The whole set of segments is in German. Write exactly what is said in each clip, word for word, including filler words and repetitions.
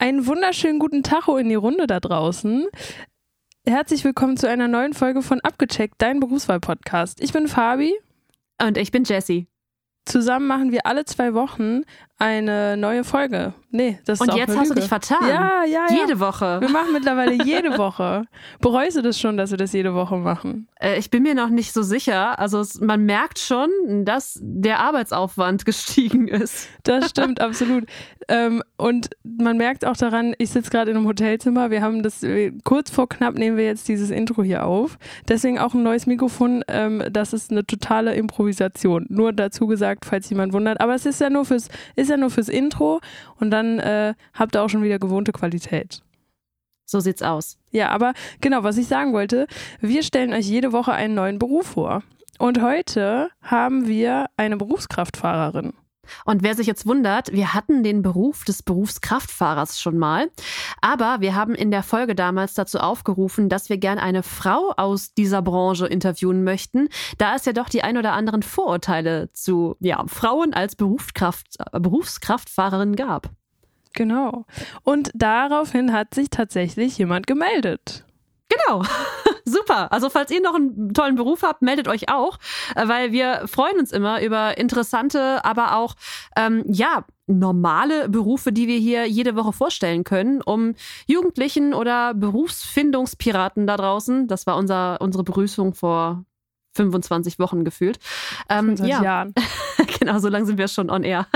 Einen wunderschönen guten Tacho in die Runde da draußen. Herzlich willkommen zu einer neuen Folge von Abgecheckt, dein Berufswahl-Podcast. Ich bin Fabi. Und ich bin Jessie. Zusammen machen wir alle zwei Wochen eine neue Folge. Nee, das ist Und auch jetzt eine hast Lüge. du dich vertan. Ja, ja, ja. Jede Woche. Wir machen mittlerweile jede Woche. Bereust du das schon, dass wir das jede Woche machen? Äh, ich bin mir noch nicht so sicher. Also es, man merkt schon, dass der Arbeitsaufwand gestiegen ist. Das stimmt, absolut. Ähm, und man merkt auch daran, ich sitze gerade in einem Hotelzimmer. Wir haben das, kurz vor knapp nehmen wir jetzt dieses Intro hier auf. Deswegen auch ein neues Mikrofon. Ähm, das ist eine totale Improvisation. Nur dazu gesagt, falls jemand wundert. Aber es ist ja nur fürs, ist ja nur fürs Intro. Und dann äh, habt ihr auch schon wieder gewohnte Qualität. So sieht's aus. Ja, aber genau, was ich sagen wollte, wir stellen euch jede Woche einen neuen Beruf vor. Und heute haben wir eine Berufskraftfahrerin. Und wer sich jetzt wundert, wir hatten den Beruf des Berufskraftfahrers schon mal, aber wir haben in der Folge damals dazu aufgerufen, dass wir gern eine Frau aus dieser Branche interviewen möchten, da es ja doch die ein oder anderen Vorurteile zu ja, Frauen als Berufskraft, Berufskraftfahrerin gab. Genau. Und daraufhin hat sich tatsächlich jemand gemeldet. Genau. Super. Also falls ihr noch einen tollen Beruf habt, meldet euch auch, weil wir freuen uns immer über interessante, aber auch ähm, ja normale Berufe, die wir hier jede Woche vorstellen können, um Jugendlichen oder Berufsfindungspiraten da draußen, das war unser unsere Begrüßung vor fünfundzwanzig Wochen gefühlt. Ähm, fünfundzwanzig ja. Jahren. Genau, so lange sind wir schon on air.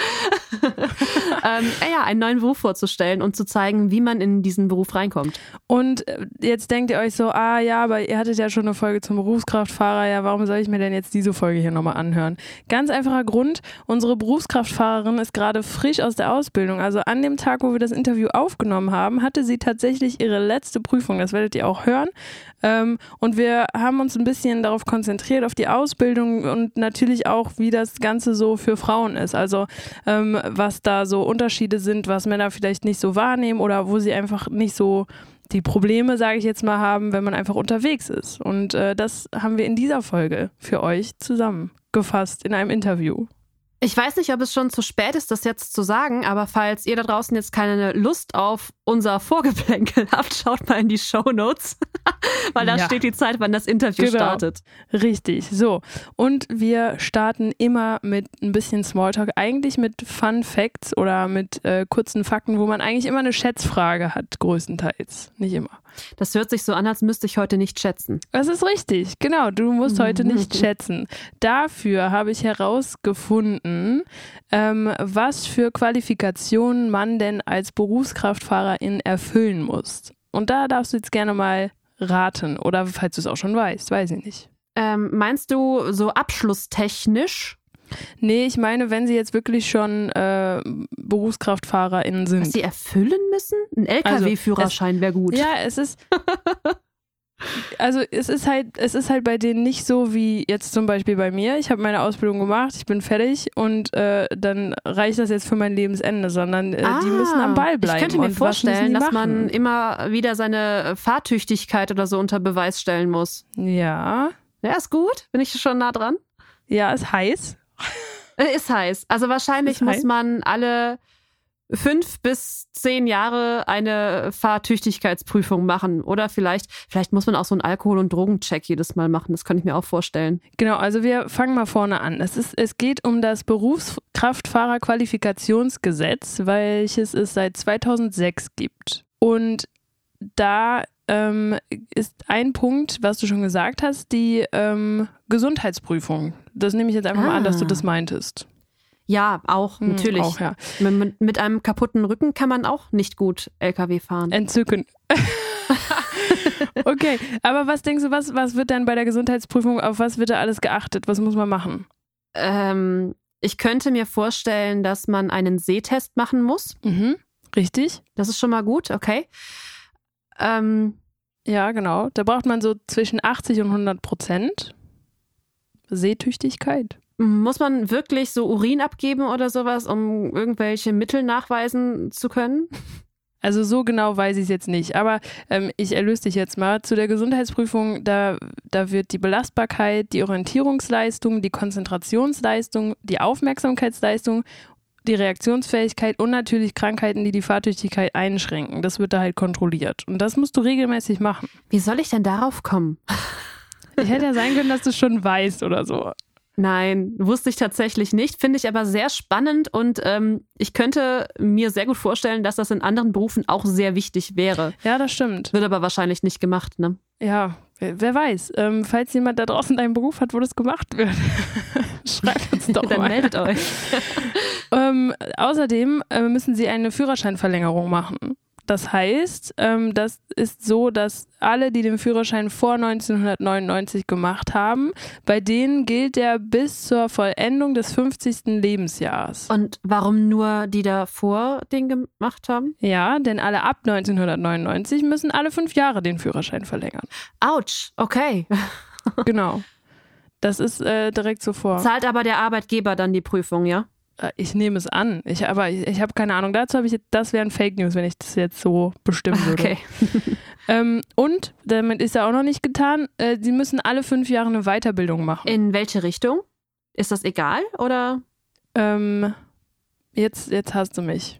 ähm, ja, einen neuen Beruf vorzustellen und zu zeigen, wie man in diesen Beruf reinkommt. Und jetzt denkt ihr euch so, ah ja, aber ihr hattet ja schon eine Folge zum Berufskraftfahrer, ja, warum soll ich mir denn jetzt diese Folge hier nochmal anhören? Ganz einfacher Grund, unsere Berufskraftfahrerin ist gerade frisch aus der Ausbildung. Also an dem Tag, wo wir das Interview aufgenommen haben, hatte sie tatsächlich ihre letzte Prüfung, das werdet ihr auch hören. Ähm, und wir haben uns ein bisschen darauf konzentriert, auf die Ausbildung und natürlich auch, wie das Ganze so für Frauen ist. Also ähm, was da so Unterschiede sind, was Männer vielleicht nicht so wahrnehmen oder wo sie einfach nicht so die Probleme, sage ich jetzt mal, haben, wenn man einfach unterwegs ist. Und äh, das haben wir in dieser Folge für euch zusammengefasst in einem Interview. Ich weiß nicht, ob es schon zu spät ist, das jetzt zu sagen, aber falls ihr da draußen jetzt keine Lust auf unser Vorgeplänkel habt, schaut mal in die Shownotes, weil da ja. steht die Zeit, wann das Interview genau. startet. Richtig, so. Und wir starten immer mit ein bisschen Smalltalk, eigentlich mit Fun Facts oder mit äh, kurzen Fakten, wo man eigentlich immer eine Schätzfrage hat, größtenteils, nicht immer. Das hört sich so an, als müsste ich heute nicht schätzen. Das ist richtig, genau. Du musst heute nicht schätzen. Dafür habe ich herausgefunden, ähm, was für Qualifikationen man denn als Berufskraftfahrerin erfüllen muss. Und da darfst du jetzt gerne mal raten. Oder falls du es auch schon weißt, weiß ich nicht. Ähm, meinst du so abschlusstechnisch? Nee, ich meine, wenn sie jetzt wirklich schon äh, BerufskraftfahrerInnen sind. Was sie erfüllen müssen? Ein L K W-Führerschein also, wäre gut. Ja, es ist also es ist halt, es ist halt bei denen nicht so wie jetzt zum Beispiel bei mir. Ich habe meine Ausbildung gemacht, ich bin fertig und äh, dann reicht das jetzt für mein Lebensende, sondern äh, ah, die müssen am Ball bleiben. Ich könnte mir und vorstellen, dass machen? man immer wieder seine Fahrtüchtigkeit oder so unter Beweis stellen muss. Ja. Ja, ist gut. Bin ich schon nah dran? Ja, ist heiß. Ist heiß. Also wahrscheinlich ist muss heiß. man alle fünf bis zehn Jahre eine Fahrtüchtigkeitsprüfung machen. Oder vielleicht, vielleicht muss man auch so einen Alkohol- und Drogencheck jedes Mal machen. Das kann ich mir auch vorstellen. Genau, also wir fangen mal vorne an. Es, ist, es geht um das Berufskraftfahrerqualifikationsgesetz, welches es seit zweitausendsechs gibt. Und da ähm, ist ein Punkt, was du schon gesagt hast, die ähm, Gesundheitsprüfung. Das nehme ich jetzt einfach ah. mal an, dass du das meintest. Ja, auch, hm, natürlich. Auch, ja. mit, mit einem kaputten Rücken kann man auch nicht gut L K W fahren. Entzücken. Okay, aber was denkst du, was, was wird denn bei der Gesundheitsprüfung, auf was wird da alles geachtet? Was muss man machen? Ähm, ich könnte mir vorstellen, dass man einen Sehtest machen muss. Mhm, richtig. Das ist schon mal gut, okay. Ähm, ja, genau. Da braucht man so zwischen achtzig und hundert Prozent Sehtüchtigkeit. Muss man wirklich so Urin abgeben oder sowas, um irgendwelche Mittel nachweisen zu können? Also so genau weiß ich es jetzt nicht, aber ähm, ich erlöse dich jetzt mal. Zu der Gesundheitsprüfung, da, da wird die Belastbarkeit, die Orientierungsleistung, die Konzentrationsleistung, die Aufmerksamkeitsleistung die Reaktionsfähigkeit und natürlich Krankheiten, die die Fahrtüchtigkeit einschränken. Das wird da halt kontrolliert. Und das musst du regelmäßig machen. Wie soll ich denn darauf kommen? Ich hätte ja sein können, dass du es schon weißt oder so. Nein, wusste ich tatsächlich nicht, finde ich aber sehr spannend und ähm, ich könnte mir sehr gut vorstellen, dass das in anderen Berufen auch sehr wichtig wäre. Ja, das stimmt. Wird aber wahrscheinlich nicht gemacht, ne? Ja, wer, wer weiß. Ähm, falls jemand da draußen einen Beruf hat, wo das gemacht wird, schreibt uns doch Dann mal. meldet euch. ähm, außerdem äh, müssen sie eine Führerscheinverlängerung machen. Das heißt, ähm, das ist so, dass alle, die den Führerschein vor neunzehnhundertneunundneunzig gemacht haben, bei denen gilt der bis zur Vollendung des fünfzigsten Lebensjahres. Und warum nur die davor den gemacht haben? Ja, denn alle ab neunzehnhundertneunundneunzig müssen alle fünf Jahre den Führerschein verlängern. Autsch, okay. Genau. Das ist äh, direkt so vor. Zahlt aber der Arbeitgeber dann die Prüfung, ja? Ich nehme es an. Ich, aber ich, ich habe keine Ahnung. Dazu habe ich jetzt, das wären Fake News, wenn ich das jetzt so bestimmen würde. Okay. ähm, und, damit ist ja auch noch nicht getan, äh, sie müssen alle fünf Jahre eine Weiterbildung machen. In welche Richtung? Ist das egal oder? Ähm, jetzt, jetzt hast du mich.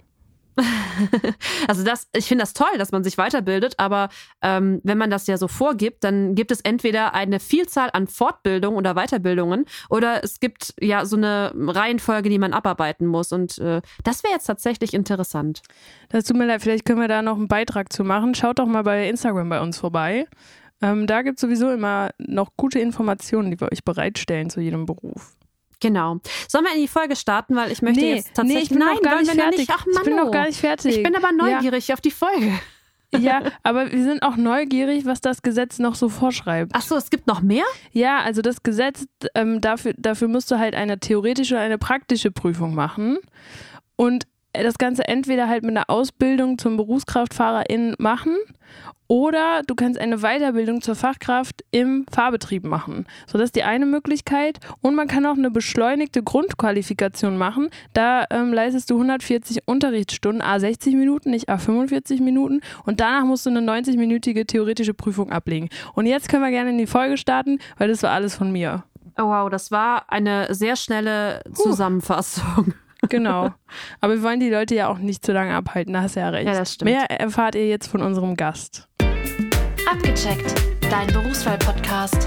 Also das, ich finde das toll, dass man sich weiterbildet, aber ähm, wenn man das ja so vorgibt, dann gibt es entweder eine Vielzahl an Fortbildungen oder Weiterbildungen oder es gibt ja so eine Reihenfolge, die man abarbeiten muss und äh, das wäre jetzt tatsächlich interessant. Das tut mir leid, vielleicht können wir da noch einen Beitrag zu machen. Schaut doch mal bei Instagram bei uns vorbei. Ähm, da gibt es sowieso immer noch gute Informationen, die wir euch bereitstellen zu jedem Beruf. Genau. Sollen wir in die Folge starten, weil ich möchte nee, jetzt tatsächlich... Nee, ich bin Nein, noch gar nicht fertig. Nicht. Ach, Mann, ich bin noch gar nicht fertig. Ich bin aber neugierig ja. auf die Folge. Ja, aber wir sind auch neugierig, was das Gesetz noch so vorschreibt. Ach so, es gibt noch mehr? Ja, also das Gesetz, ähm, dafür, dafür musst du halt eine theoretische oder eine praktische Prüfung machen. Und das Ganze entweder halt mit einer Ausbildung zum Berufskraftfahrerin machen oder du kannst eine Weiterbildung zur Fachkraft im Fahrbetrieb machen. So, das ist die eine Möglichkeit. Und man kann auch eine beschleunigte Grundqualifikation machen. Da ähm, leistest du hundertvierzig Unterrichtsstunden, a sechzig Minuten, nicht a fünfundvierzig Minuten. Und danach musst du eine neunzig-minütige theoretische Prüfung ablegen. Und jetzt können wir gerne in die Folge starten, weil das war alles von mir. Oh wow, das war eine sehr schnelle Zusammenfassung. Genau. Aber wir wollen die Leute ja auch nicht zu lange abhalten, da hast du ja recht. Ja, das stimmt. Mehr erfahrt ihr jetzt von unserem Gast. Abgecheckt, dein Berufswahl-Podcast.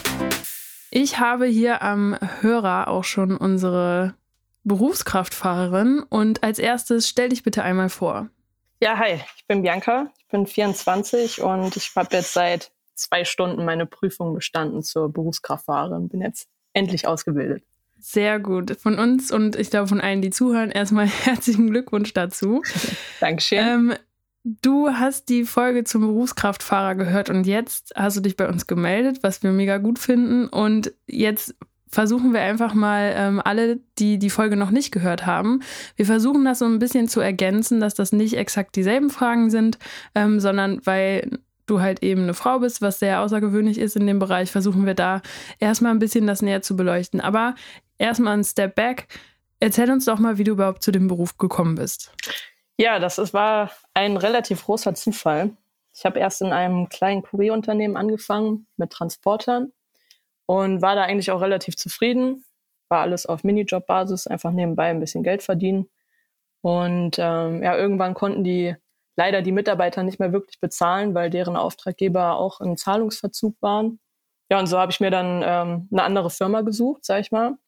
Ich habe hier am Hörer auch schon unsere Berufskraftfahrerin und als erstes stell dich bitte einmal vor. Ja, hi, ich bin Bianca, ich bin vierundzwanzig und ich habe jetzt seit zwei Stunden meine Prüfung bestanden zur Berufskraftfahrerin. Bin jetzt endlich ausgebildet. Sehr gut. Von uns und ich glaube von allen, die zuhören, erstmal herzlichen Glückwunsch dazu. Dankeschön. Ähm, du hast die Folge zum Berufskraftfahrer gehört und jetzt hast du dich bei uns gemeldet, was wir mega gut finden. Und jetzt versuchen wir einfach mal ähm, alle, die die Folge noch nicht gehört haben, wir versuchen das so ein bisschen zu ergänzen, dass das nicht exakt dieselben Fragen sind, ähm, sondern weil du halt eben eine Frau bist, was sehr außergewöhnlich ist in dem Bereich, versuchen wir da erstmal ein bisschen das näher zu beleuchten. Aber erstmal ein Step back. Erzähl uns doch mal, wie du überhaupt zu dem Beruf gekommen bist. Ja, das ist, war ein relativ großer Zufall. Ich habe erst in einem kleinen Kurierunternehmen angefangen mit Transportern und war da eigentlich auch relativ zufrieden. War alles auf Minijob-Basis, einfach nebenbei ein bisschen Geld verdienen. Und ähm, ja, irgendwann konnten die leider die Mitarbeiter nicht mehr wirklich bezahlen, weil deren Auftraggeber auch im Zahlungsverzug waren. Ja, und so habe ich mir dann ähm, eine andere Firma gesucht, sag ich mal.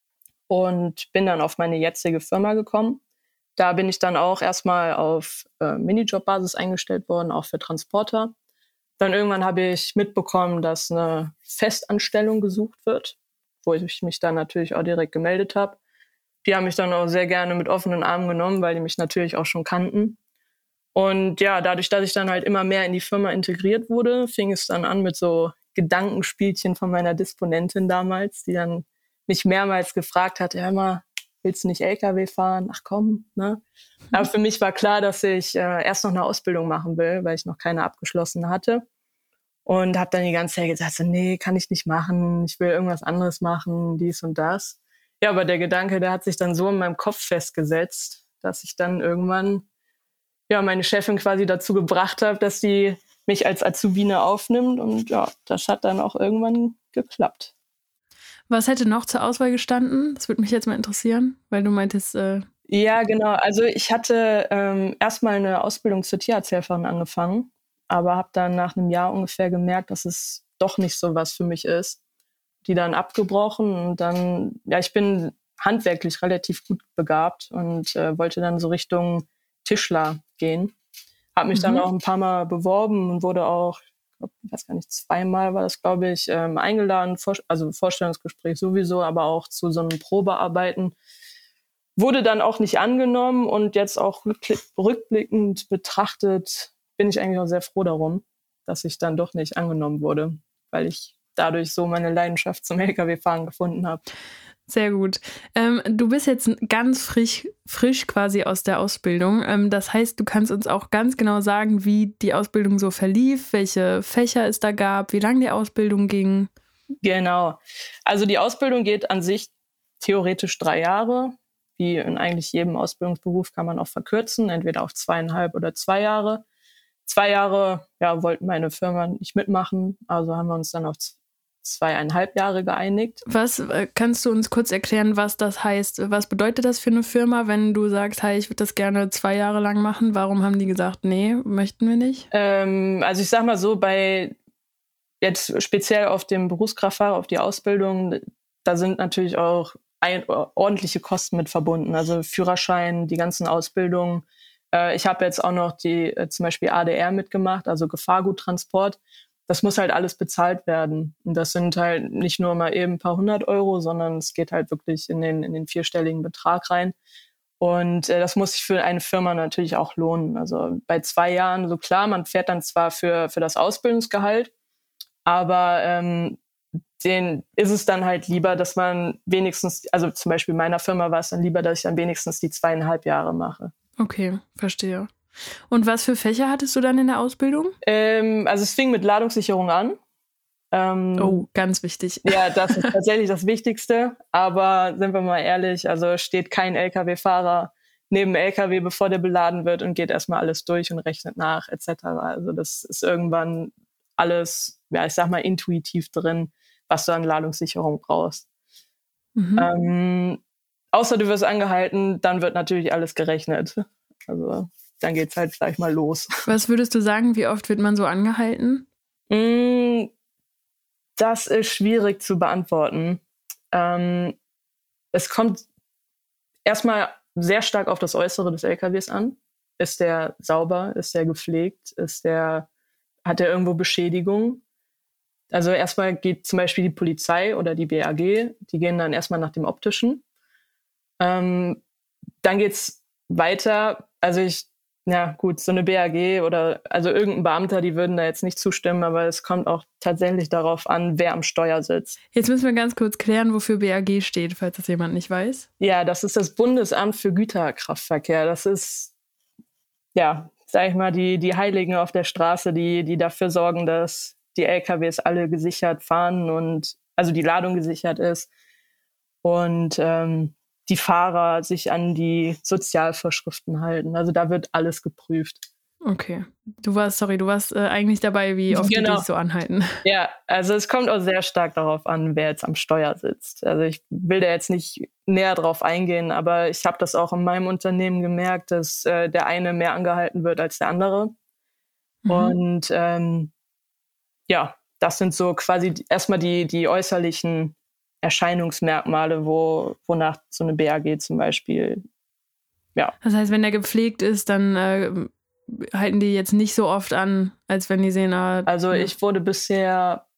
Und bin dann auf meine jetzige Firma gekommen. Da bin ich dann auch erstmal auf äh, Minijob-Basis eingestellt worden, auch für Transporter. Dann irgendwann habe ich mitbekommen, dass eine Festanstellung gesucht wird, wo ich mich dann natürlich auch direkt gemeldet habe. Die haben mich dann auch sehr gerne mit offenen Armen genommen, weil die mich natürlich auch schon kannten. Und ja, dadurch, dass ich dann halt immer mehr in die Firma integriert wurde, fing es dann an mit so Gedankenspielchen von meiner Disponentin damals, die dann mich mehrmals gefragt hat, ja mal, willst du nicht L K W fahren? Ach komm, ne? Aber für mich war klar, dass ich äh, erst noch eine Ausbildung machen will, weil ich noch keine abgeschlossen hatte. Und habe dann die ganze Zeit gesagt, so, nee, kann ich nicht machen, ich will irgendwas anderes machen, dies und das. Ja, aber der Gedanke, der hat sich dann so in meinem Kopf festgesetzt, dass ich dann irgendwann ja meine Chefin quasi dazu gebracht habe, dass die mich als Azubine aufnimmt. Und ja, das hat dann auch irgendwann geklappt. Was hätte noch zur Auswahl gestanden? Das würde mich jetzt mal interessieren, weil du meintest, äh, Ja, genau. Also ich hatte ähm, erstmal eine Ausbildung zur Tierarzthelferin angefangen, aber habe dann nach einem Jahr ungefähr gemerkt, dass es doch nicht so was für mich ist. Die dann abgebrochen und dann, ja, ich bin handwerklich relativ gut begabt und äh, wollte dann so Richtung Tischler gehen. Habe mich mhm. dann auch ein paar Mal beworben und wurde auch, ich glaub, ich weiß gar nicht, zweimal war das, glaube ich, ähm, eingeladen, vor, also Vorstellungsgespräch sowieso, aber auch zu so einem Probearbeiten. Wurde dann auch nicht angenommen und jetzt auch rückblickend betrachtet bin ich eigentlich auch sehr froh darum, dass ich dann doch nicht angenommen wurde, weil ich dadurch so meine Leidenschaft zum L K W-Fahren gefunden habe. Sehr gut. Ähm, du bist jetzt ganz frisch, frisch quasi aus der Ausbildung. Ähm, das heißt, du kannst uns auch ganz genau sagen, wie die Ausbildung so verlief, welche Fächer es da gab, wie lange die Ausbildung ging. Genau. Also die Ausbildung geht an sich theoretisch drei Jahre. Wie in eigentlich jedem Ausbildungsberuf kann man auch verkürzen, entweder auf zweieinhalb oder zwei Jahre. Zwei Jahre, ja, wollten meine Firma nicht mitmachen, also haben wir uns dann auf zweieinhalb Jahre geeinigt. Was, kannst du uns kurz erklären, was das heißt? Was bedeutet das für eine Firma, wenn du sagst, hey, ich würde das gerne zwei Jahre lang machen? Warum haben die gesagt, nee, möchten wir nicht? Ähm, also ich sag mal so, bei jetzt speziell auf dem Berufskraftfahrer, auf die Ausbildung, da sind natürlich auch ein, ordentliche Kosten mit verbunden. Also Führerschein, die ganzen Ausbildungen. Äh, ich habe jetzt auch noch die äh, zum Beispiel A D R mitgemacht, also Gefahrguttransport. Das muss halt alles bezahlt werden. Und das sind halt nicht nur mal eben ein paar hundert Euro, sondern es geht halt wirklich in den, in den vierstelligen Betrag rein. Und äh, das muss sich für eine Firma natürlich auch lohnen. Also bei zwei Jahren, so klar, man fährt dann zwar für, für das Ausbildungsgehalt, aber ähm, denen ist es dann halt lieber, dass man wenigstens, also zum Beispiel meiner Firma war es dann lieber, dass ich dann wenigstens die zweieinhalb Jahre mache. Okay, verstehe. Und was für Fächer hattest du dann in der Ausbildung? Ähm, also es fing mit Ladungssicherung an. Ähm, oh, ganz wichtig. Ja, das ist tatsächlich das Wichtigste. Aber sind wir mal ehrlich, also steht kein L K W-Fahrer neben dem L K W, bevor der beladen wird und geht erstmal alles durch und rechnet nach et cetera. Also das ist irgendwann alles, ja, ich sag mal, intuitiv drin, was du an Ladungssicherung brauchst. Mhm. Ähm, außer du wirst angehalten, dann wird natürlich alles gerechnet. Also dann geht's halt gleich mal los. Was würdest du sagen, wie oft wird man so angehalten? Mm, das ist schwierig zu beantworten. Ähm, es kommt erstmal sehr stark auf das Äußere des L K Ws an. Ist der sauber? Ist der gepflegt? Ist der, hat der irgendwo Beschädigung? Also erstmal geht zum Beispiel die Polizei oder die B A G, die gehen dann erstmal nach dem Optischen. Ähm, dann geht's weiter. Also ich, ja gut, so eine B A G oder also irgendein Beamter, die würden da jetzt nicht zustimmen, aber es kommt auch tatsächlich darauf an, wer am Steuer sitzt. Jetzt müssen wir ganz kurz klären, wofür B A G steht, falls das jemand nicht weiß. Ja, das ist das Bundesamt für Güterkraftverkehr. Das ist, ja, sag ich mal, die, die Heiligen auf der Straße, die, die dafür sorgen, dass die L K Ws alle gesichert fahren und also die Ladung gesichert ist und ähm, die Fahrer sich an die Sozialvorschriften halten. Also da wird alles geprüft. Okay. Du warst, sorry, du warst äh, eigentlich dabei, wie oft genau. die dich so anhalten. Ja, also es kommt auch sehr stark darauf an, wer jetzt am Steuer sitzt. Also ich will da jetzt nicht näher drauf eingehen, aber ich habe das auch in meinem Unternehmen gemerkt, dass äh, der eine mehr angehalten wird als der andere. Mhm. Und ähm, ja, das sind so quasi erstmal die, die äußerlichen Erscheinungsmerkmale, wo, wonach so eine B A G zum Beispiel, ja. Das heißt, wenn der gepflegt ist, dann äh, halten die jetzt nicht so oft an, als wenn die sehen, ah, also ja. Ich wurde bisher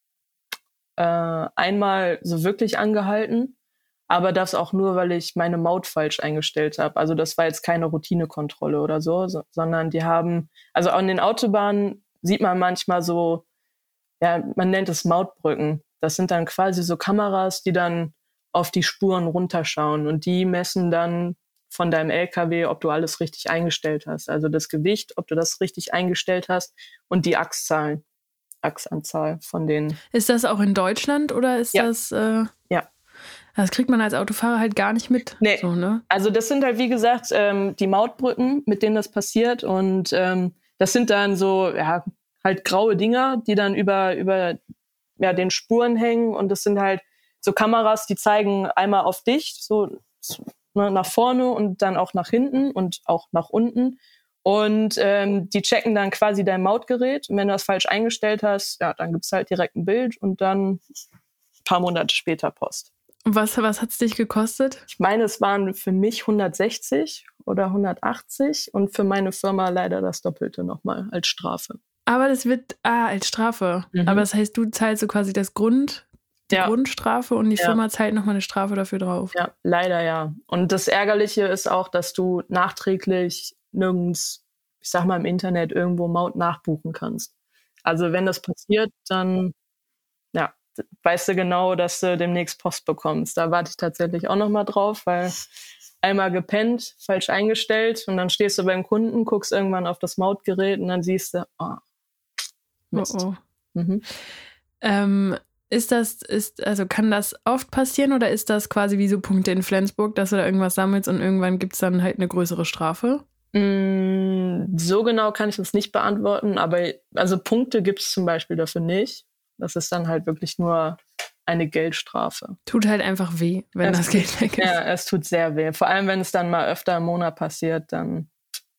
äh, einmal so wirklich angehalten, aber das auch nur, weil ich meine Maut falsch eingestellt habe. Also das war jetzt keine Routinekontrolle oder so, so sondern die haben, also an den Autobahnen sieht man manchmal so, ja, man nennt es Mautbrücken. Das sind dann quasi so Kameras, die dann auf die Spuren runterschauen und die messen dann von deinem L K W, ob du alles richtig eingestellt hast. Also das Gewicht, ob du das richtig eingestellt hast und die Achszahlen, Achsanzahl von denen. Ist das auch in Deutschland oder ist ja. das... Äh, ja. Das kriegt man als Autofahrer halt gar nicht mit. Nee, so, ne? Also das sind halt, wie gesagt, ähm, die Mautbrücken, mit denen das passiert und ähm, das sind dann so, ja, halt graue Dinger, die dann über, über ja, den Spuren hängen und das sind halt so Kameras, die zeigen einmal auf dich, so ne, nach vorne und dann auch nach hinten und auch nach unten. Und ähm, die checken dann quasi dein Mautgerät. Und wenn du das falsch eingestellt hast, ja, dann gibt's halt direkt ein Bild und dann ein paar Monate später Post. Und was, was hat's dich gekostet? Ich meine, es waren für mich hundertsechzig oder hundertachtzig und für meine Firma leider das Doppelte nochmal als Strafe. Aber das wird, ah, als Strafe. Mhm. Aber das heißt, du zahlst so quasi das Grund, die Ja. Grundstrafe und die Ja. Firma zahlt nochmal eine Strafe dafür drauf. Ja, leider ja. Und das Ärgerliche ist auch, dass du nachträglich nirgends, ich sag mal im Internet, irgendwo Maut nachbuchen kannst. Also wenn das passiert, dann ja, weißt du genau, dass du demnächst Post bekommst. Da warte ich tatsächlich auch nochmal drauf, weil einmal gepennt, falsch eingestellt und dann stehst du beim Kunden, guckst irgendwann auf das Mautgerät und dann siehst du, oh, Mist. Oh, oh. Mhm. Ähm, ist das, ist, also kann das oft passieren oder ist das quasi wie so Punkte in Flensburg, dass du da irgendwas sammelst und irgendwann gibt es dann halt eine größere Strafe? Mm, so genau kann ich das nicht beantworten, aber also Punkte gibt es zum Beispiel dafür nicht. Das ist dann halt wirklich nur eine Geldstrafe. Tut halt einfach weh, wenn Es das Geld weg ist. Ja, es tut sehr weh. Vor allem, wenn es dann mal öfter im Monat passiert, dann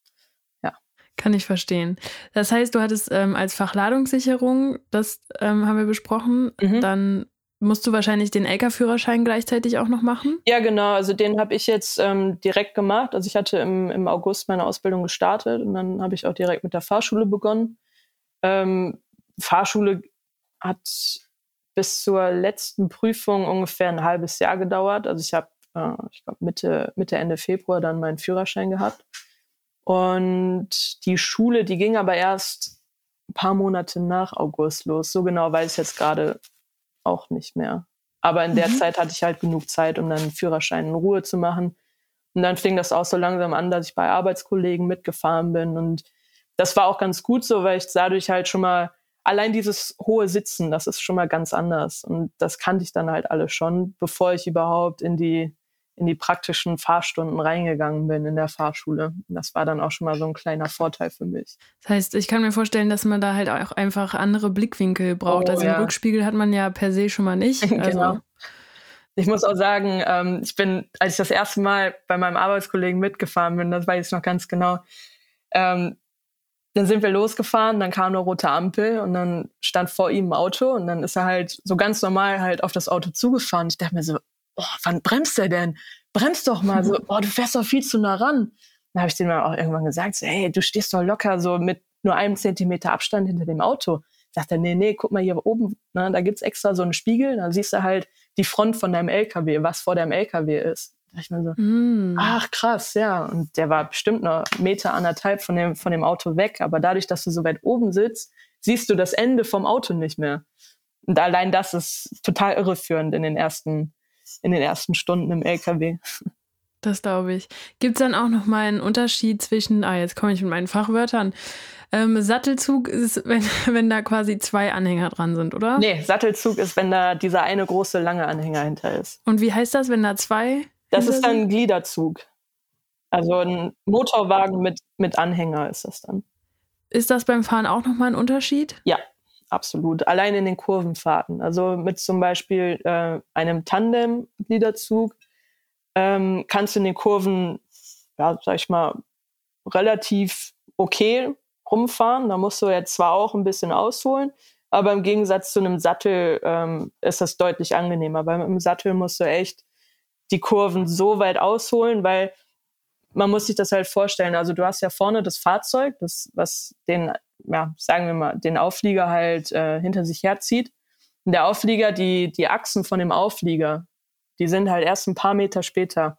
Kann ich verstehen. Das heißt, du hattest ähm, als Fach Ladungssicherung, das ähm, haben wir besprochen, Mhm. dann musst du wahrscheinlich den L K-Führerschein gleichzeitig auch noch machen? Ja, genau. Also den habe ich jetzt ähm, direkt gemacht. Also ich hatte im, im August meine Ausbildung gestartet und dann habe ich auch direkt mit der Fahrschule begonnen. Ähm, Fahrschule hat bis zur letzten Prüfung ungefähr ein halbes Jahr gedauert. Also ich habe, äh, ich glaube, Mitte, Mitte, Ende Februar dann meinen Führerschein gehabt. Und die Schule, die ging aber erst ein paar Monate nach August los. So genau weiß ich jetzt gerade auch nicht mehr. Aber in der Mhm. Zeit hatte ich halt genug Zeit, um dann einen Führerschein in Ruhe zu machen. Und dann fing das auch so langsam an, dass ich bei Arbeitskollegen mitgefahren bin. Und das war auch ganz gut so, weil ich dadurch halt schon mal, allein dieses hohe Sitzen, das ist schon mal ganz anders. Und das kannte ich dann halt alles schon, bevor ich überhaupt in die, in die praktischen Fahrstunden reingegangen bin in der Fahrschule. Und das war dann auch schon mal so ein kleiner Vorteil für mich. Das heißt, ich kann mir vorstellen, dass man da halt auch einfach andere Blickwinkel braucht. Oh, also ja. einen Rückspiegel hat man ja per se schon mal nicht. Also, Genau. Ich muss auch sagen, ähm, ich bin, als ich das erste Mal bei meinem Arbeitskollegen mitgefahren bin, das weiß ich noch ganz genau, ähm, dann sind wir losgefahren, dann kam eine rote Ampel und dann stand vor ihm ein Auto und dann ist er halt so ganz normal halt auf das Auto zugefahren. Ich dachte mir so, oh, wann bremst der denn? Bremst doch mal so, oh, du fährst doch viel zu nah ran. Dann habe ich dem mal auch irgendwann gesagt, so, hey, du stehst doch locker so mit nur einem Zentimeter Abstand hinter dem Auto. Sagt er, nee, nee, guck mal hier oben, ne, da gibt's extra so einen Spiegel, da siehst du halt die Front von deinem L K W, was vor deinem L K W ist. Da dachte ich mir so, mm. ach krass, ja. Und der war bestimmt noch Meter, anderthalb von dem, von dem Auto weg. Aber dadurch, dass du so weit oben sitzt, siehst du das Ende vom Auto nicht mehr. Und allein das ist total irreführend in den ersten, in den ersten Stunden im L K W. Das glaube ich. Gibt es dann auch noch mal einen Unterschied zwischen, ah, jetzt komme ich mit meinen Fachwörtern, ähm, Sattelzug ist, wenn, wenn da quasi zwei Anhänger dran sind, oder? Nee, Sattelzug ist, wenn da dieser eine große, lange Anhänger hinter ist. Und wie heißt das, wenn da zwei? Das hinter ist dann sind? ein Gliederzug. Also ein Motorwagen mit, mit Anhänger ist das dann. Ist das beim Fahren auch noch mal ein Unterschied? Ja, absolut. Allein in den Kurvenfahrten. Also mit zum Beispiel äh, einem Tandem-Gliederzug ähm, kannst du in den Kurven, ja, sag ich mal, relativ okay rumfahren. Da musst du jetzt zwar auch ein bisschen ausholen, aber im Gegensatz zu einem Sattel ähm, ist das deutlich angenehmer, weil mit dem Sattel musst du echt die Kurven so weit ausholen, weil man muss sich das halt vorstellen. Also du hast ja vorne das Fahrzeug, das, was den, ja, sagen wir mal, den Auflieger halt äh, hinter sich herzieht. Und der Auflieger, die, die Achsen von dem Auflieger, die sind halt erst ein paar Meter später.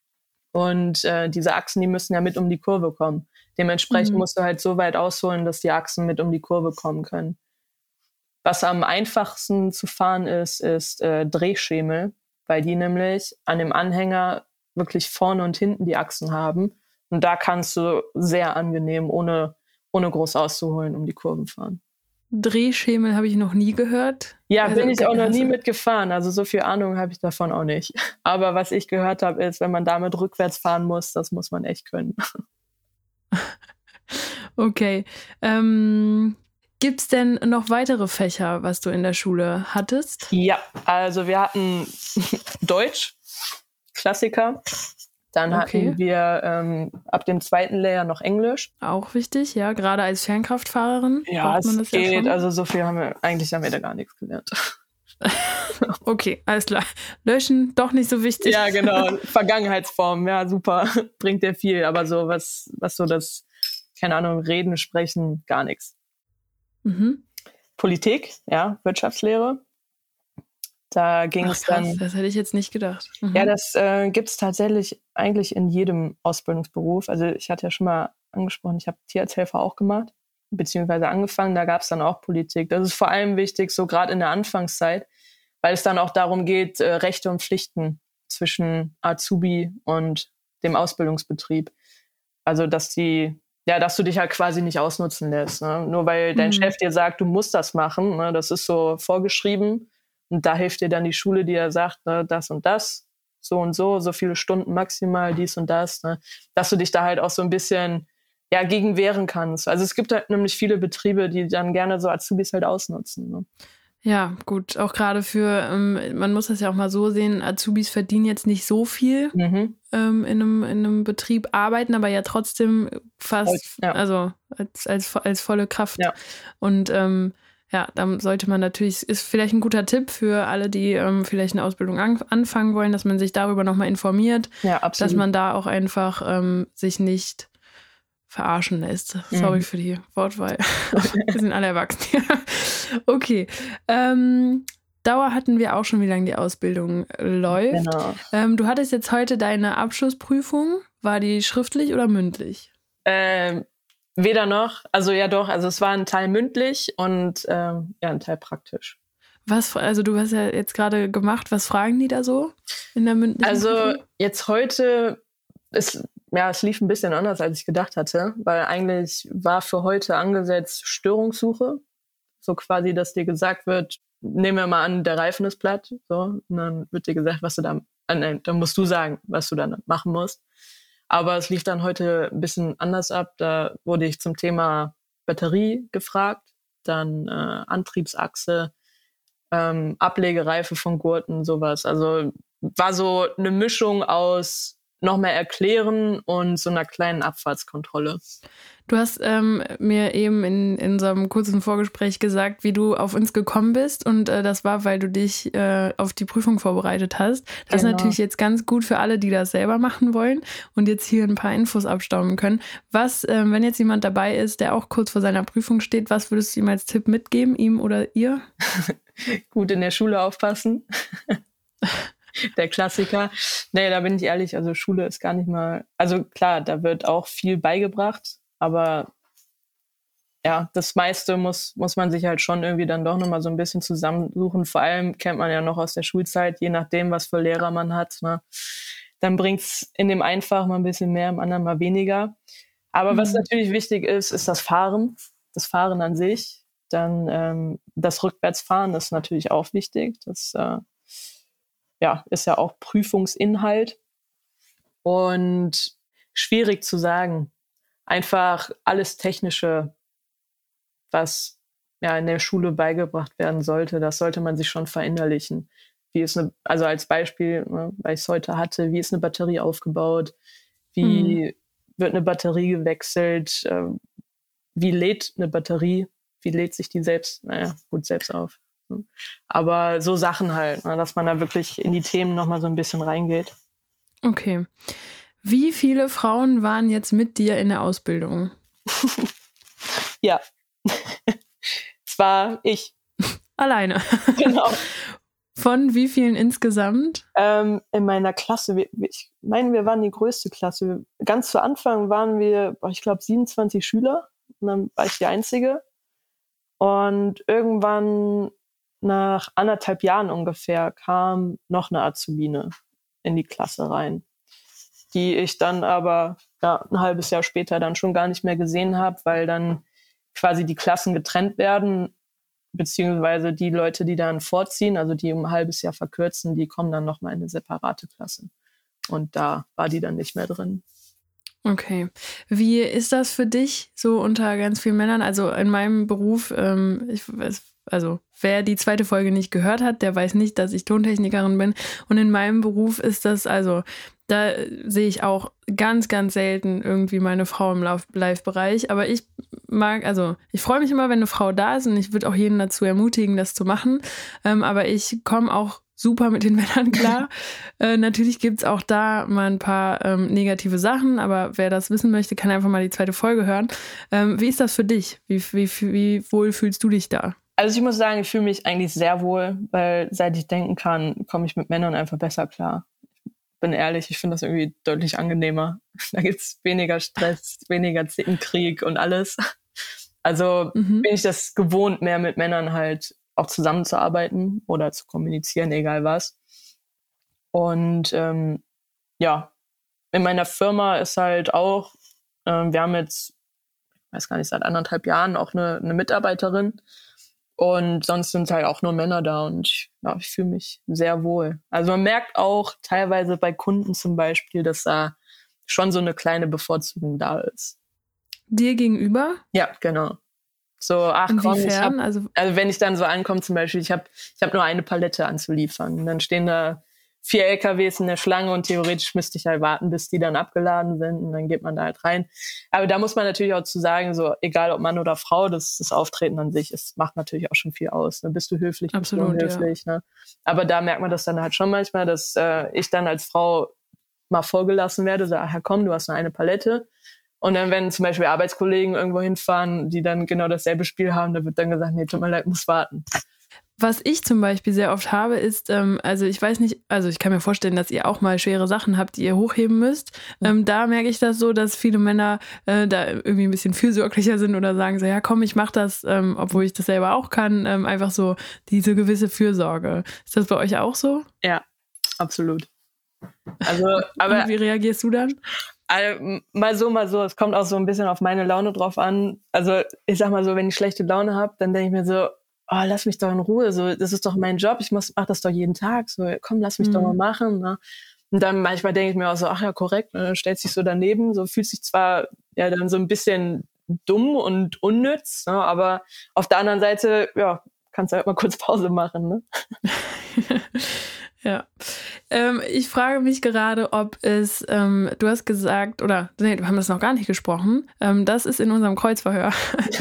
Und äh, diese Achsen, die müssen ja mit um die Kurve kommen. Dementsprechend Mhm. musst du halt so weit ausholen, dass die Achsen mit um die Kurve kommen können. Was am einfachsten zu fahren ist, ist äh, Drehschemel, weil die nämlich an dem Anhänger wirklich vorne und hinten die Achsen haben. Und da kannst du sehr angenehm, ohne, ohne groß auszuholen, um die Kurven fahren. Drehschemel habe ich noch nie gehört. Ja, Also, bin ich auch noch nie also- mitgefahren. Also so viel Ahnung habe ich davon auch nicht. Aber was ich gehört habe, ist, wenn man damit rückwärts fahren muss, das muss man echt können. Okay. Ähm, Gibt es denn noch weitere Fächer, was du in der Schule hattest? Ja, also wir hatten Deutsch, Klassiker. Dann Okay. hatten wir ähm, ab dem zweiten Lehrjahr noch Englisch. Auch wichtig, ja, gerade als Fernkraftfahrerin Ja, braucht man es das ja geht. schon. Also so viel haben wir, eigentlich haben wir da gar nichts gelernt. Okay, alles klar. Löschen, doch nicht so wichtig. Ja, genau. Vergangenheitsform, ja, super. Bringt dir viel. Aber so was, was so das, keine Ahnung, Reden, Sprechen, gar nichts. Mhm. Politik, ja, Wirtschaftslehre. Da ging Ach, es krass, dann. das hätte ich jetzt nicht gedacht. Mhm. Ja, das äh, gibt es tatsächlich eigentlich in jedem Ausbildungsberuf. Also ich hatte ja schon mal angesprochen, ich habe Tierarzthelfer auch gemacht, beziehungsweise angefangen, da gab es dann auch Politik. Das ist vor allem wichtig, so gerade in der Anfangszeit, weil es dann auch darum geht, äh, Rechte und Pflichten zwischen Azubi und dem Ausbildungsbetrieb. Also dass die, ja, dass du dich halt quasi nicht ausnutzen lässt. Ne? Nur weil dein Mhm. Chef dir sagt, du musst das machen, ne? Das ist so vorgeschrieben. Und da hilft dir dann die Schule, die ja sagt, ne, das und das, so und so, so viele Stunden maximal, dies und das, ne, dass du dich da halt auch so ein bisschen ja, gegen wehren kannst. Also es gibt halt nämlich viele Betriebe, die dann gerne so Azubis halt ausnutzen. Ne? Ja, gut, auch gerade für, ähm, man muss das ja auch mal so sehen, Azubis verdienen jetzt nicht so viel Mhm. ähm, in, einem, in einem Betrieb, arbeiten aber ja trotzdem fast, Ja. also als, als, als volle Kraft. Ja. Und ähm, ja, dann sollte man natürlich, ist vielleicht ein guter Tipp für alle, die ähm, vielleicht eine Ausbildung an, anfangen wollen, dass man sich darüber nochmal informiert, Ja, absolut. dass man da auch einfach ähm, sich nicht verarschen lässt. Sorry Mhm. für die Wortwahl. Wir sind alle erwachsen. Okay. Ähm, Dauer hatten wir auch schon, wie lange die Ausbildung äh, läuft. Genau. Ähm, du hattest jetzt heute deine Abschlussprüfung. War die schriftlich oder mündlich? Ähm, weder noch, also ja doch, also es war ein Teil mündlich und ähm, ja, ein Teil praktisch. Was, also du hast ja jetzt gerade gemacht, was fragen die da so in der mündlichen Also Prüfung? jetzt heute, ist, ja, es lief ein bisschen anders, als ich gedacht hatte, weil eigentlich war für heute angesetzt Störungssuche. So quasi, dass dir gesagt wird, nehmen wir mal an, der Reifen ist platt. So, und dann wird dir gesagt, was du da, äh, nein, dann musst du sagen, was du dann machen musst. Aber es lief dann heute ein bisschen anders ab. Da wurde ich zum Thema Batterie gefragt, dann äh, Antriebsachse, ähm, Ablegereife von Gurten, sowas. Also war so eine Mischung aus noch mehr erklären und so einer kleinen Abfahrtskontrolle. Du hast ähm, mir eben in, in unserem kurzen Vorgespräch gesagt, wie du auf uns gekommen bist und äh, das war, weil du dich äh, auf die Prüfung vorbereitet hast. Das Genau. ist natürlich jetzt ganz gut für alle, die das selber machen wollen und jetzt hier ein paar Infos abstauben können. Was, äh, wenn jetzt jemand dabei ist, der auch kurz vor seiner Prüfung steht, was würdest du ihm als Tipp mitgeben, ihm oder ihr? Gut in der Schule aufpassen. Der Klassiker. Nee, da bin ich ehrlich, also Schule ist gar nicht mal, also klar, da wird auch viel beigebracht, aber ja, das meiste muss, muss man sich halt schon irgendwie dann doch nochmal so ein bisschen zusammensuchen. Vor allem kennt man ja noch aus der Schulzeit, je nachdem, was für Lehrer man hat, ne? Dann bringt's in dem einen Fach mal ein bisschen mehr, im anderen mal weniger. Aber was Mhm. natürlich wichtig ist, ist das Fahren, das Fahren an sich. Dann ähm, das Rückwärtsfahren ist natürlich auch wichtig. Das äh, ja, ist ja auch Prüfungsinhalt. Und schwierig zu sagen. Einfach alles Technische, was ja in der Schule beigebracht werden sollte, das sollte man sich schon verinnerlichen. Wie ist eine, also als Beispiel, ne, weil ich es heute hatte, wie ist eine Batterie aufgebaut? Wie wird eine Batterie gewechselt? Ähm, wie lädt eine Batterie? Wie lädt sich die selbst, naja, gut, selbst auf. Ne? Aber so Sachen halt, ne, dass man da wirklich in die Themen nochmal so ein bisschen reingeht. Okay. Wie viele Frauen waren jetzt mit dir in der Ausbildung? Ja. Es war ich. Alleine. Genau. Von wie vielen insgesamt? Ähm, in meiner Klasse, wir, ich meine, wir waren die größte Klasse. Ganz zu Anfang waren wir, boah, ich glaube, siebenundzwanzig Schüler. Und dann war ich die Einzige. Und irgendwann nach anderthalb Jahren ungefähr kam noch eine Azubine in die Klasse rein, die ich dann aber ja, ein halbes Jahr später dann schon gar nicht mehr gesehen habe, weil dann quasi die Klassen getrennt werden, beziehungsweise die Leute, die dann vorziehen, also die um ein halbes Jahr verkürzen, die kommen dann nochmal in eine separate Klasse. Und da war die dann nicht mehr drin. Okay. Wie ist das für dich so unter ganz vielen Männern? Also in meinem Beruf, ähm, ich weiß, also wer die zweite Folge nicht gehört hat, der weiß nicht, dass ich Tontechnikerin bin. Und in meinem Beruf ist das, also Da sehe ich auch ganz, ganz selten irgendwie meine Frau im Live-Bereich. Aber ich mag, also ich freue mich immer, wenn eine Frau da ist und ich würde auch jeden dazu ermutigen, das zu machen. Ähm, aber ich komme auch super mit den Männern klar. äh, natürlich gibt es auch da mal ein paar ähm, negative Sachen, aber wer das wissen möchte, kann einfach mal die zweite Folge hören. Ähm, wie ist das für dich? Wie, wie, wie wohl fühlst du dich da? Also ich muss sagen, ich fühle mich eigentlich sehr wohl, weil seit ich denken kann, komme ich mit Männern einfach besser klar. Bin ehrlich, ich finde das irgendwie deutlich angenehmer. Da gibt es weniger Stress, weniger Zickenkrieg und alles. Also mhm. bin ich das gewohnt, mehr mit Männern halt auch zusammenzuarbeiten oder zu kommunizieren, egal was. Und ähm, ja, in meiner Firma ist halt auch, äh, wir haben jetzt, ich weiß gar nicht, seit anderthalb Jahren auch eine, eine Mitarbeiterin. Und sonst sind halt auch nur Männer da und ich, ja, ich fühle mich sehr wohl. Also man merkt auch teilweise bei Kunden zum Beispiel, dass da schon so eine kleine Bevorzugung da ist. Dir gegenüber? Ja, genau. So, ach komm, ich hab, also, also wenn ich dann so ankomme zum Beispiel, ich habe ich hab nur eine Palette anzuliefern. Und dann stehen da vier L K Ws in der Schlange und theoretisch müsste ich halt warten, bis die dann abgeladen sind und dann geht man da halt rein. Aber da muss man natürlich auch zu sagen, so egal ob Mann oder Frau, das, das Auftreten an sich, es macht natürlich auch schon viel aus. Ne? Bist du höflich, Absolut, bist du unhöflich. Ja. Ne? Aber da merkt man das dann halt schon manchmal, dass äh, ich dann als Frau mal vorgelassen werde, so, ach komm, du hast nur eine Palette. Und dann, wenn zum Beispiel Arbeitskollegen irgendwo hinfahren, die dann genau dasselbe Spiel haben, da wird dann gesagt, nee, tut mir leid, muss warten. Was ich zum Beispiel sehr oft habe, ist, ähm, also ich weiß nicht, also ich kann mir vorstellen, dass ihr auch mal schwere Sachen habt, die ihr hochheben müsst. Ähm, da merke ich das so, dass viele Männer äh, da irgendwie ein bisschen fürsorglicher sind oder sagen so, ja komm, ich mach das, ähm, obwohl ich das selber auch kann. Ähm, einfach so diese gewisse Fürsorge. Ist das bei euch auch so? Ja, absolut. Also, aber und wie reagierst du dann? Also, mal so, mal so. Es kommt auch so ein bisschen auf meine Laune drauf an. Also ich sag mal so, wenn ich schlechte Laune habe, dann denke ich mir so, oh, lass mich doch in Ruhe. So, das ist doch mein Job. Ich muss, mach das doch jeden Tag. So, komm, lass mich mhm. doch mal machen. Ne? Und dann manchmal denke ich mir auch so, ach ja, korrekt. Und dann stellst dich so daneben. So fühlt sich zwar ja dann so ein bisschen dumm und unnütz, ne? Aber auf der anderen Seite, ja, kannst du halt mal kurz Pause machen. Ne? Ja. Ähm, ich frage mich gerade, ob es, ähm, du hast gesagt, oder nee, wir haben das noch gar nicht gesprochen, ähm, das ist in unserem Kreuzverhör.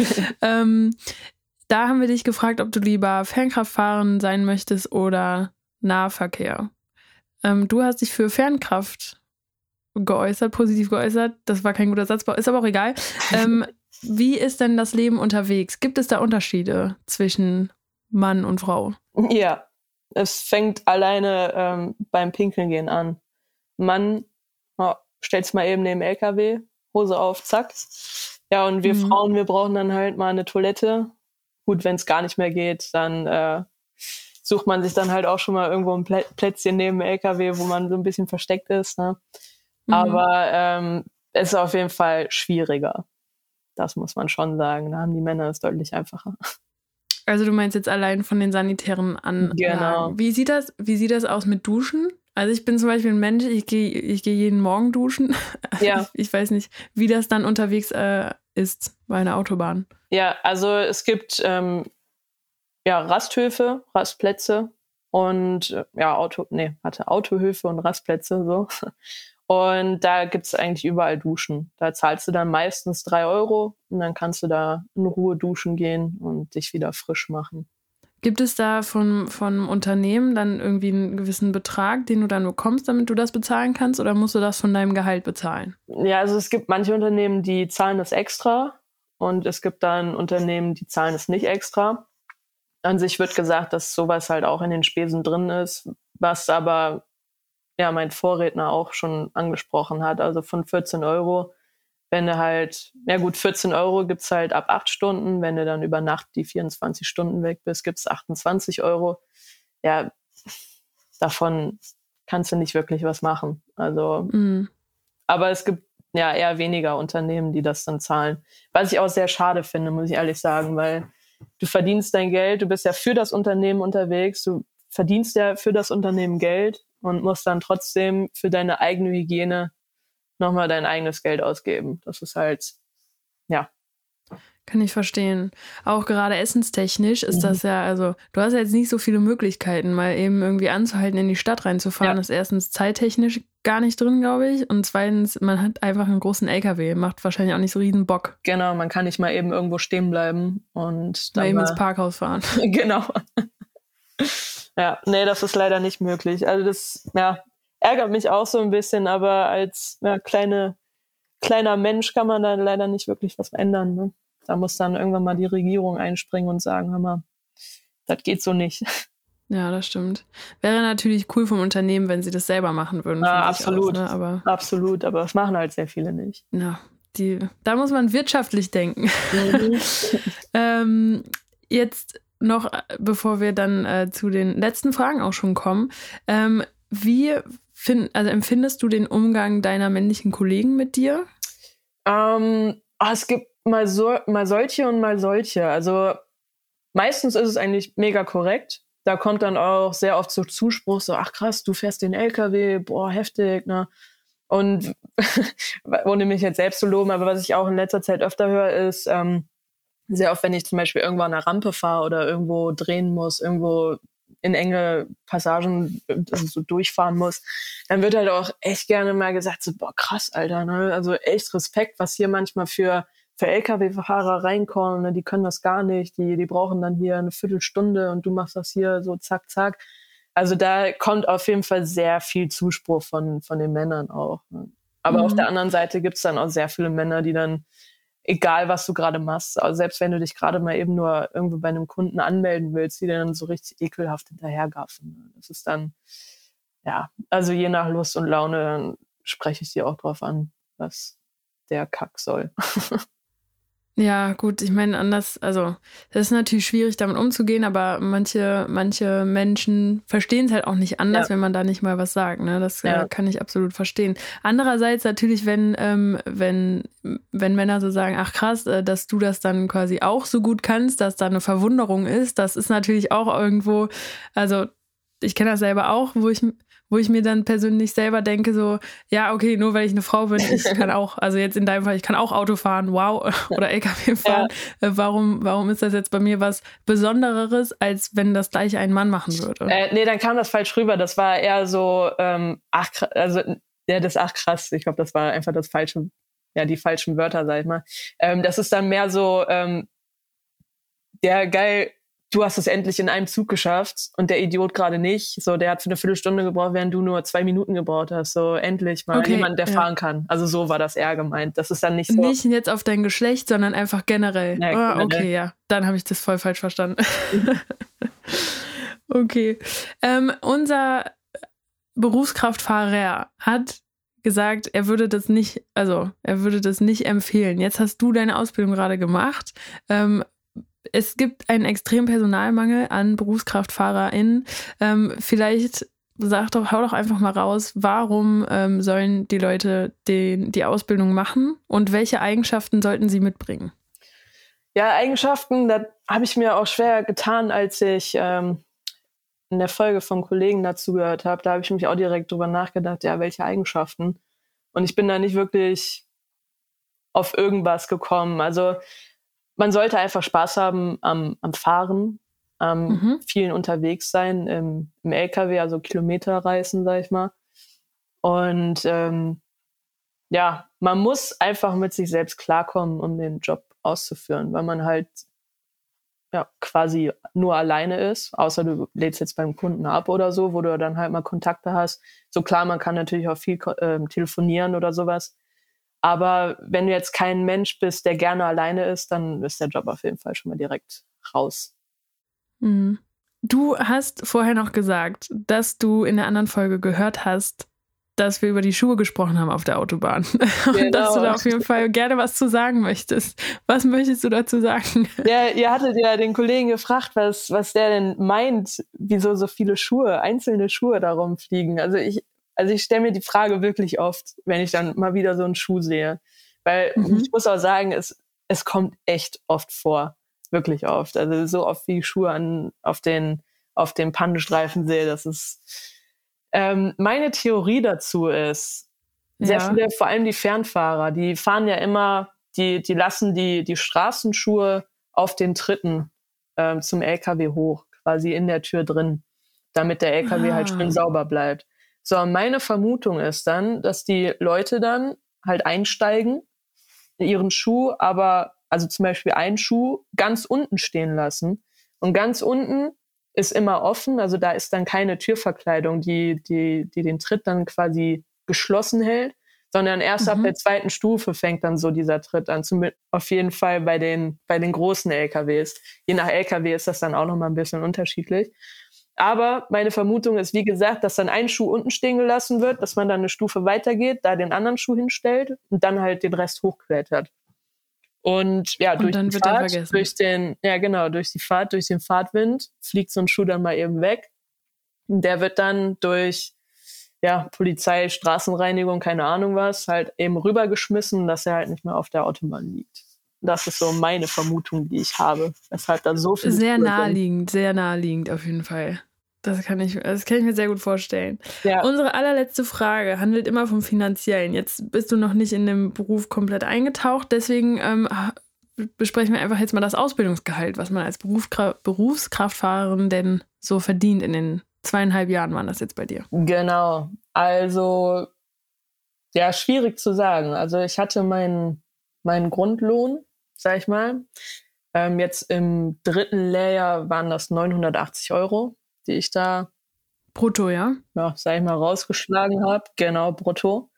ähm, da haben wir dich gefragt, ob du lieber Fernkraftfahren sein möchtest oder Nahverkehr. Ähm, du hast dich für Fernkraft geäußert, positiv geäußert. Das war kein guter Satzbau, ist aber auch egal. Ähm, wie ist denn das Leben unterwegs? Gibt es da Unterschiede zwischen Mann und Frau? Ja. Es fängt alleine ähm, beim Pinkeln gehen an. Mann, oh, stell's mal eben neben L K W, Hose auf, zack. Ja, und wir mhm. Frauen, wir brauchen dann halt mal eine Toilette. Gut, wenn es gar nicht mehr geht, dann äh, sucht man sich dann halt auch schon mal irgendwo ein Plä- Plätzchen neben dem L K W, wo man so ein bisschen versteckt ist. Ne? Mhm. Aber ähm, es ist auf jeden Fall schwieriger. Das muss man schon sagen. Da haben die Männer es deutlich einfacher. Also du meinst jetzt allein von den sanitären Anlagen. Genau. Wie sieht das, wie sieht das aus mit Duschen? Also ich bin zum Beispiel ein Mensch, ich gehe ich gehe jeden Morgen duschen. Ja. Ich, ich weiß nicht, wie das dann unterwegs äh, ist bei einer Autobahn. Ja, also es gibt ähm, ja, Rasthöfe, Rastplätze und äh, ja, Auto, nee, warte, Autohöfe und Rastplätze so. Und da gibt's eigentlich überall Duschen. Da zahlst du dann meistens drei Euro und dann kannst du da in Ruhe duschen gehen und dich wieder frisch machen. Gibt es da von vom Unternehmen dann irgendwie einen gewissen Betrag, den du dann bekommst, damit du das bezahlen kannst, oder musst du das von deinem Gehalt bezahlen? Ja, also es gibt manche Unternehmen, die zahlen das extra und es gibt dann Unternehmen, die zahlen es nicht extra. An sich wird gesagt, dass sowas halt auch in den Spesen drin ist, was aber ja mein Vorredner auch schon angesprochen hat. Also von vierzehn Euro, wenn du halt, ja gut, vierzehn Euro gibt's halt ab acht Stunden. Wenn du dann über Nacht die vierundzwanzig Stunden weg bist, gibt's achtundzwanzig Euro. Ja, davon kannst du nicht wirklich was machen. Also, mhm. aber es gibt ja eher weniger Unternehmen, die das dann zahlen. Was ich auch sehr schade finde, muss ich ehrlich sagen, weil du verdienst dein Geld, du bist ja für das Unternehmen unterwegs, du verdienst ja für das Unternehmen Geld und musst dann trotzdem für deine eigene Hygiene nochmal dein eigenes Geld ausgeben. Das ist halt, ja. Kann ich verstehen. Auch gerade essenstechnisch ist mhm. das ja, also du hast ja jetzt nicht so viele Möglichkeiten, mal eben irgendwie anzuhalten, in die Stadt reinzufahren. Ja. Ist erstens zeittechnisch gar nicht drin, glaube ich. Und zweitens, man hat einfach einen großen L K W. Macht wahrscheinlich auch nicht so riesen Bock. Genau, man kann nicht mal eben irgendwo stehen bleiben und dann mal eben mal ins Parkhaus fahren. Genau. Ja, nee, das ist leider nicht möglich. Also das, ja, ärgert mich auch so ein bisschen, aber als ja, kleine, kleiner Mensch kann man da leider nicht wirklich was ändern, ne? Da muss dann irgendwann mal die Regierung einspringen und sagen, hör mal, das geht so nicht. Ja, das stimmt. Wäre natürlich cool vom Unternehmen, wenn sie das selber machen würden. Ja, absolut, aus, ne? aber absolut, aber das machen halt sehr viele nicht. Ja, die, da muss man wirtschaftlich denken. Mhm. ähm, jetzt noch, bevor wir dann äh, zu den letzten Fragen auch schon kommen, ähm, wie find, also empfindest du den Umgang deiner männlichen Kollegen mit dir? Ähm, oh, es gibt mal so, mal solche und mal solche. Also meistens ist es eigentlich mega korrekt. Da kommt dann auch sehr oft so Zuspruch, so, ach krass, du fährst den L K W, boah, heftig, ne? Und ohne mich jetzt selbst zu loben, aber was ich auch in letzter Zeit öfter höre, ist ähm, sehr oft, wenn ich zum Beispiel irgendwo an einer Rampe fahre oder irgendwo drehen muss, irgendwo in enge Passagen also so durchfahren muss, dann wird halt auch echt gerne mal gesagt, so, boah, krass, Alter, ne? Also echt Respekt, was hier manchmal für für L K W-Fahrer reinkommen, ne? Die können das gar nicht, die die brauchen dann hier eine Viertelstunde und du machst das hier so zack, zack. Also da kommt auf jeden Fall sehr viel Zuspruch von von den Männern auch, ne? Aber mhm. auf der anderen Seite gibt's dann auch sehr viele Männer, die dann, egal was du gerade machst, also selbst wenn du dich gerade mal eben nur irgendwo bei einem Kunden anmelden willst, die dann so richtig ekelhaft hinterhergaffen. Das ist dann, ja, also je nach Lust und Laune, dann spreche ich dir auch drauf an, was der Kack soll. Ja, gut, ich meine, anders, also das ist natürlich schwierig, damit umzugehen, aber manche, manche Menschen verstehen es halt auch nicht anders, ja. wenn man da nicht mal was sagt, ne? Das ja. äh, kann ich absolut verstehen. Andererseits natürlich, wenn, ähm, wenn, wenn Männer so sagen, ach krass, äh, dass du das dann quasi auch so gut kannst, dass da eine Verwunderung ist, das ist natürlich auch irgendwo, also ich kenne das selber auch, wo ich wo ich mir dann persönlich selber denke, so, ja, okay, nur weil ich eine Frau bin, ich kann auch, also jetzt in deinem Fall, ich kann auch Auto fahren, wow, oder L K W fahren. Ja. Warum, warum ist das jetzt bei mir was Besondereres, als wenn das gleich ein Mann machen würde? Äh, nee, dann kam das falsch rüber. Das war eher so, ähm, ach, also, ja, das ach krass. Ich glaube, das war einfach das falsche, ja, die falschen Wörter, sag ich mal. Ähm, das ist dann mehr so, ähm, ja, geil, du hast es endlich in einem Zug geschafft und der Idiot gerade nicht. So, der hat für eine Viertelstunde gebraucht, während du nur zwei Minuten gebraucht hast. So, endlich mal okay, jemand, der ja. fahren kann. Also so war das eher gemeint. Das ist dann nicht so... Nicht jetzt auf dein Geschlecht, sondern einfach generell. Ja, generell. Oh, okay, ja. Dann habe ich das voll falsch verstanden. Okay. Ähm, unser Berufskraftfahrer hat gesagt, er würde das nicht, also er würde das nicht empfehlen. Jetzt hast du deine Ausbildung gerade gemacht. Ähm, Es gibt einen extremen Personalmangel an BerufskraftfahrerInnen. Ähm, vielleicht sag doch, hau doch einfach mal raus, warum ähm, sollen die Leute den, die Ausbildung machen und welche Eigenschaften sollten sie mitbringen? Ja, Eigenschaften, da habe ich mir auch schwer getan, als ich ähm, in der Folge vom Kollegen dazu gehört habe. Da habe ich mich auch direkt drüber nachgedacht, ja, welche Eigenschaften? Und ich bin da nicht wirklich auf irgendwas gekommen. Also man sollte einfach Spaß haben am, am Fahren, am mhm. vielen unterwegs sein, im, im L K W, also Kilometerreisen, sag ich mal. Und ähm, ja, man muss einfach mit sich selbst klarkommen, um den Job auszuführen, weil man halt ja quasi nur alleine ist, außer du lädst jetzt beim Kunden ab oder so, wo du dann halt mal Kontakte hast. So klar, man kann natürlich auch viel äh, telefonieren oder sowas. Aber wenn du jetzt kein Mensch bist, der gerne alleine ist, dann ist der Job auf jeden Fall schon mal direkt raus. Mhm. Du hast vorher noch gesagt, dass du in der anderen Folge gehört hast, dass wir über die Schuhe gesprochen haben auf der Autobahn. Genau. Und dass du da auf jeden Fall gerne was zu sagen möchtest. Was möchtest du dazu sagen? Ja, ihr hattet ja den Kollegen gefragt, was, was der denn meint, wieso so viele Schuhe, einzelne Schuhe da rumfliegen. Also ich Also ich stelle mir die Frage wirklich oft, wenn ich dann mal wieder so einen Schuh sehe. Weil mhm. ich muss auch sagen, es, es kommt echt oft vor. Wirklich oft. Also so oft wie ich Schuhe an, auf den, auf den Pannenstreifen sehe, das ist... Ähm, meine Theorie dazu ist, sehr ja. viele, vor allem die Fernfahrer, die fahren ja immer, die, die lassen die, die Straßenschuhe auf den Tritten ähm, zum L K W hoch, quasi in der Tür drin, damit der L K W ah. halt schön sauber bleibt. So, und meine Vermutung ist dann, dass die Leute dann halt einsteigen, ihren Schuh, aber, also zum Beispiel einen Schuh ganz unten stehen lassen. Und ganz unten ist immer offen, also da ist dann keine Türverkleidung, die, die, die den Tritt dann quasi geschlossen hält, sondern erst mhm. ab der zweiten Stufe fängt dann so dieser Tritt an. Zum, auf jeden Fall bei den, bei den großen L K Ws. Je nach L K W ist das dann auch nochmal ein bisschen unterschiedlich. Aber meine Vermutung ist, wie gesagt, dass dann ein Schuh unten stehen gelassen wird, dass man dann eine Stufe weitergeht, da den anderen Schuh hinstellt und dann halt den Rest hochklettert. Und ja, und durch dann die wird Fahrt, vergessen. durch den, ja genau, durch die Fahrt, durch den Fahrtwind fliegt so ein Schuh dann mal eben weg. Und der wird dann durch ja, Polizei, Straßenreinigung, keine Ahnung was, halt eben rübergeschmissen, dass er halt nicht mehr auf der Autobahn liegt. Das ist so meine Vermutung, die ich habe, weshalb da so viel sehr naheliegend, sehr naheliegend auf jeden Fall. Das kann ich, das kann ich mir sehr gut vorstellen. Ja. Unsere allerletzte Frage handelt immer vom Finanziellen. Jetzt bist du noch nicht in dem Beruf komplett eingetaucht, deswegen ähm, besprechen wir einfach jetzt mal das Ausbildungsgehalt, was man als Berufskraft, Berufskraftfahrerin denn so verdient in den zweieinhalb Jahren waren das jetzt bei dir. Genau, also ja, schwierig zu sagen. Also ich hatte meinen meinen Grundlohn, sag ich mal, ähm, jetzt im dritten Lehrjahr waren das neunhundertachtzig Euro, die ich da brutto, ja? Ja, sag ich mal, rausgeschlagen habe. Genau, brutto.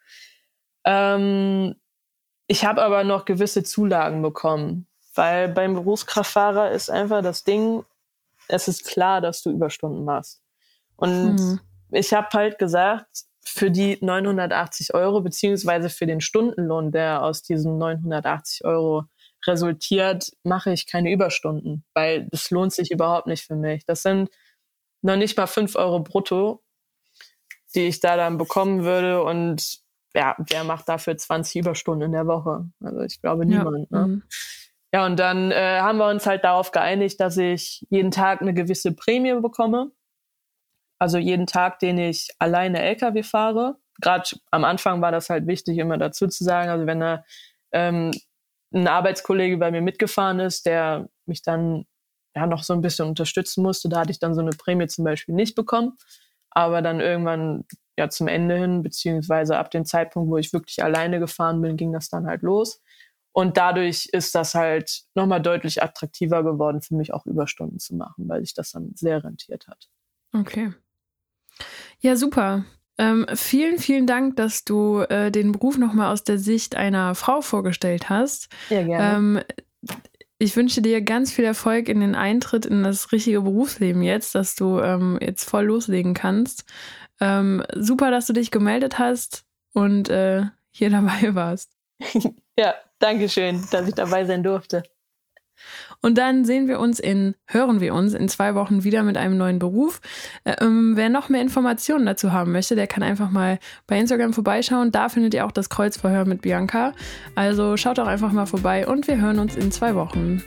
Ähm, ich habe aber noch gewisse Zulagen bekommen, weil beim Berufskraftfahrer ist einfach das Ding, es ist klar, dass du Überstunden machst. Und mhm. ich habe halt gesagt, für die neunhundertachtzig Euro, beziehungsweise für den Stundenlohn, der aus diesen neunhundertachtzig Euro resultiert, mache ich keine Überstunden, weil das lohnt sich überhaupt nicht für mich. Das sind noch nicht mal fünf Euro brutto, die ich da dann bekommen würde. Und ja, wer macht dafür zwanzig Überstunden in der Woche? Also ich glaube niemand. Ja, ne? mhm. ja und dann äh, haben wir uns halt darauf geeinigt, dass ich jeden Tag eine gewisse Prämie bekomme. Also jeden Tag, den ich alleine L K W fahre. Gerade am Anfang war das halt wichtig, immer dazu zu sagen. Also wenn da ähm, ein Arbeitskollege bei mir mitgefahren ist, der mich dann ja noch so ein bisschen unterstützen musste, da hatte ich dann so eine Prämie zum Beispiel nicht bekommen. Aber dann irgendwann ja zum Ende hin, beziehungsweise ab dem Zeitpunkt, wo ich wirklich alleine gefahren bin, ging das dann halt los. Und dadurch ist das halt nochmal deutlich attraktiver geworden für mich, auch Überstunden zu machen, weil sich das dann sehr rentiert hat. Okay. Ja, super. Ähm, vielen, vielen Dank, dass du äh, den Beruf nochmal aus der Sicht einer Frau vorgestellt hast. Ja, gerne. Ähm, ich wünsche dir ganz viel Erfolg in den Eintritt in das richtige Berufsleben jetzt, dass du ähm, jetzt voll loslegen kannst. Ähm, super, dass du dich gemeldet hast und äh, hier dabei warst. Ja, danke schön, dass ich dabei sein durfte. Und dann sehen wir uns in, hören wir uns in zwei Wochen wieder mit einem neuen Beruf. Ähm, wer noch mehr Informationen dazu haben möchte, der kann einfach mal bei Instagram vorbeischauen. Da findet ihr auch das Kreuzverhör mit Bianca. Also schaut auch einfach mal vorbei und wir hören uns in zwei Wochen.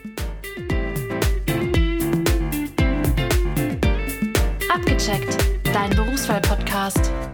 Abgecheckt, dein Berufswahl-Podcast.